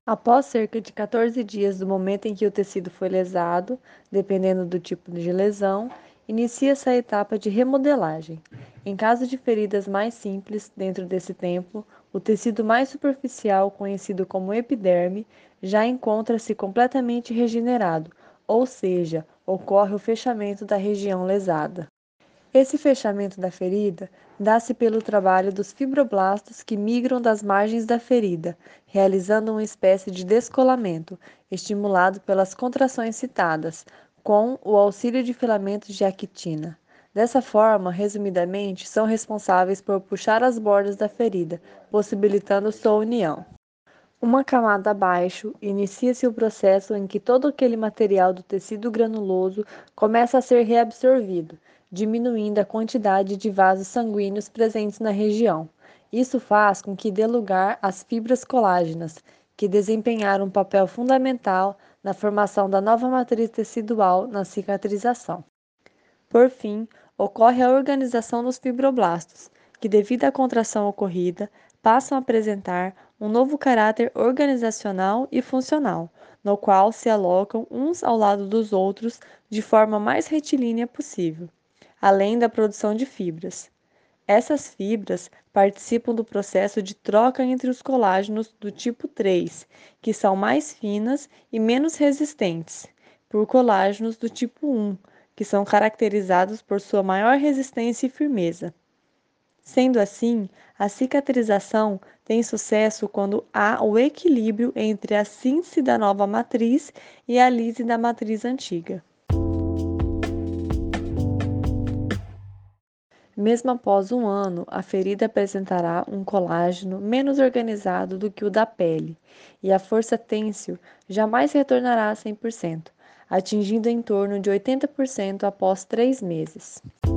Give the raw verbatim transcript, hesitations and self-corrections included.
Após cerca de quatorze dias do momento em que o tecido foi lesado, dependendo do tipo de lesão, inicia-se a etapa de remodelagem. Em caso de feridas mais simples, dentro desse tempo, o tecido mais superficial, conhecido como epiderme, já encontra-se completamente regenerado, ou seja, ocorre o fechamento da região lesada. Esse fechamento da ferida dá-se pelo trabalho dos fibroblastos que migram das margens da ferida, realizando uma espécie de descolamento, estimulado pelas contrações citadas, com o auxílio de filamentos de actina. Dessa forma, resumidamente, são responsáveis por puxar as bordas da ferida, possibilitando sua união. Uma camada abaixo, inicia-se o processo em que todo aquele material do tecido granuloso começa a ser reabsorvido, diminuindo a quantidade de vasos sanguíneos presentes na região. Isso faz com que dê lugar às fibras colágenas, que desempenharam um papel fundamental na formação da nova matriz tecidual na cicatrização. Por fim, ocorre a organização dos fibroblastos, que, devido à contração ocorrida, passam a apresentar um novo caráter organizacional e funcional, no qual se alocam uns ao lado dos outros de forma mais retilínea possível, além da produção de fibras. Essas fibras participam do processo de troca entre os colágenos do tipo três, que são mais finas e menos resistentes, por colágenos do tipo um, que são caracterizados por sua maior resistência e firmeza. Sendo assim, a cicatrização tem sucesso quando há o equilíbrio entre a síntese da nova matriz e a lise da matriz antiga. Mesmo após um ano, a ferida apresentará um colágeno menos organizado do que o da pele, e a força têncil jamais retornará a cem por cento, atingindo em torno de oitenta por cento após três meses.